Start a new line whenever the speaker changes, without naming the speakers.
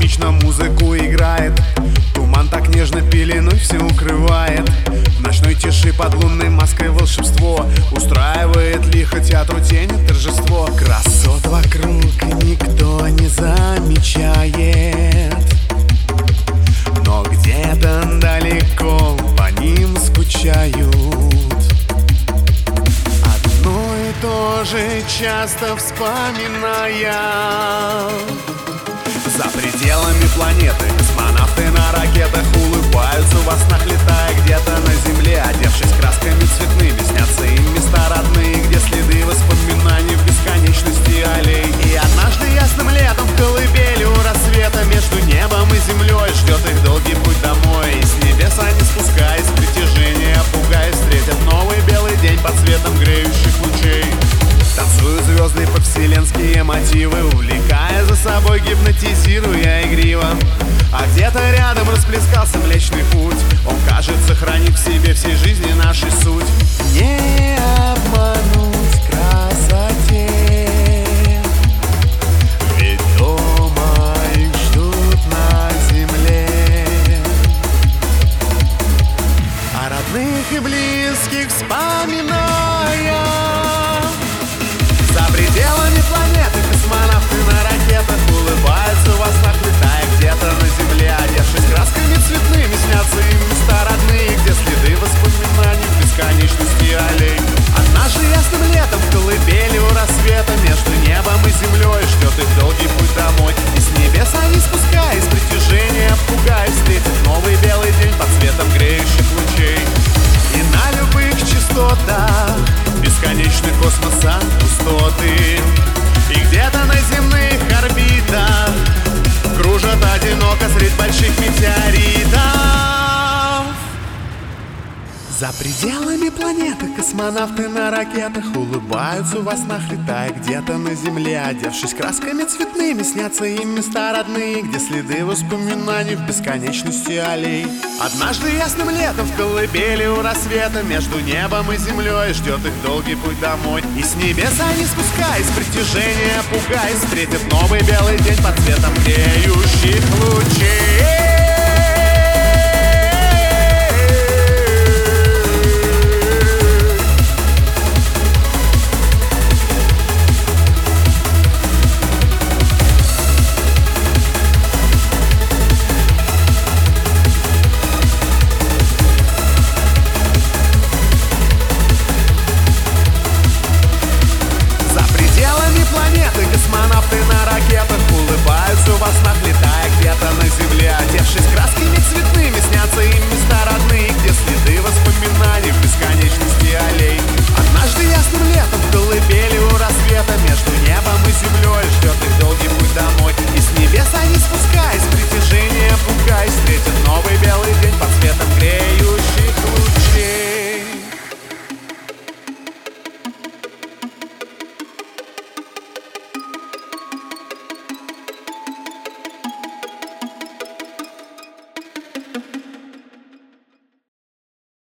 ритмично музыку играет. Туман так нежно пеленой все укрывает. В ночной тиши под лунной маской волшебство устраивает лихо театру тени торжество. Красот вокруг никто не замечает, но где-то далеко по ним скучают. Одно и то же часто вспоминая. За пределами планеты космонавты на ракетах улыбаются во снах, летая где-то на земле. Одевшись красками цветными, снятся им места родные, где следы воспоминаний в бесконечности аллей. И однажды ясным летом в колыбели у рассвета между небом и землей ждет их долгий путь домой. И с небес они, спускаясь в притяжение, пугаясь, встретят новый белый день под светом греющих лучей. Танцуют звезды под вселенские мотивы, увлекая за собой, гипнотизируя игриво. А где-то рядом расплескался Млечный Путь. Он, кажется, хранит в себе всей жизни нашей суть. Не обмануть красоте, ведь дома их ждут на земле. А родных и близких вспоминая. За пределами планеты космонавты на ракетах улыбаются во снах, летая где-то на земле. Одевшись красками цветными, снятся им места родные, где следы воспоминаний в бесконечности аллей. Однажды ясным летом в колыбели у рассвета между небом и землей ждет их долгий путь домой. И с небес они, спускаясь с притяжения, пугаясь, встретят новый белый день под светом греющих лучей. И на любых частотах бесконечный космоса пустоты. И где-то на земных орбитах кружат одиноко средь больших метеоритов. За пределами планеты космонавты на ракетах улыбаются во снах, летая где-то на земле. Одевшись красками цветными, снятся им места родные, где следы воспоминаний в бесконечности аллей. Однажды ясным летом в колыбели у рассвета между небом и землей ждет их долгий путь домой. И с небес они, спускаясь с притяжения, пугаясь, встретят новый белый день под светом греющих лучей. Космонавты на ракетах улыбаются во снах, летая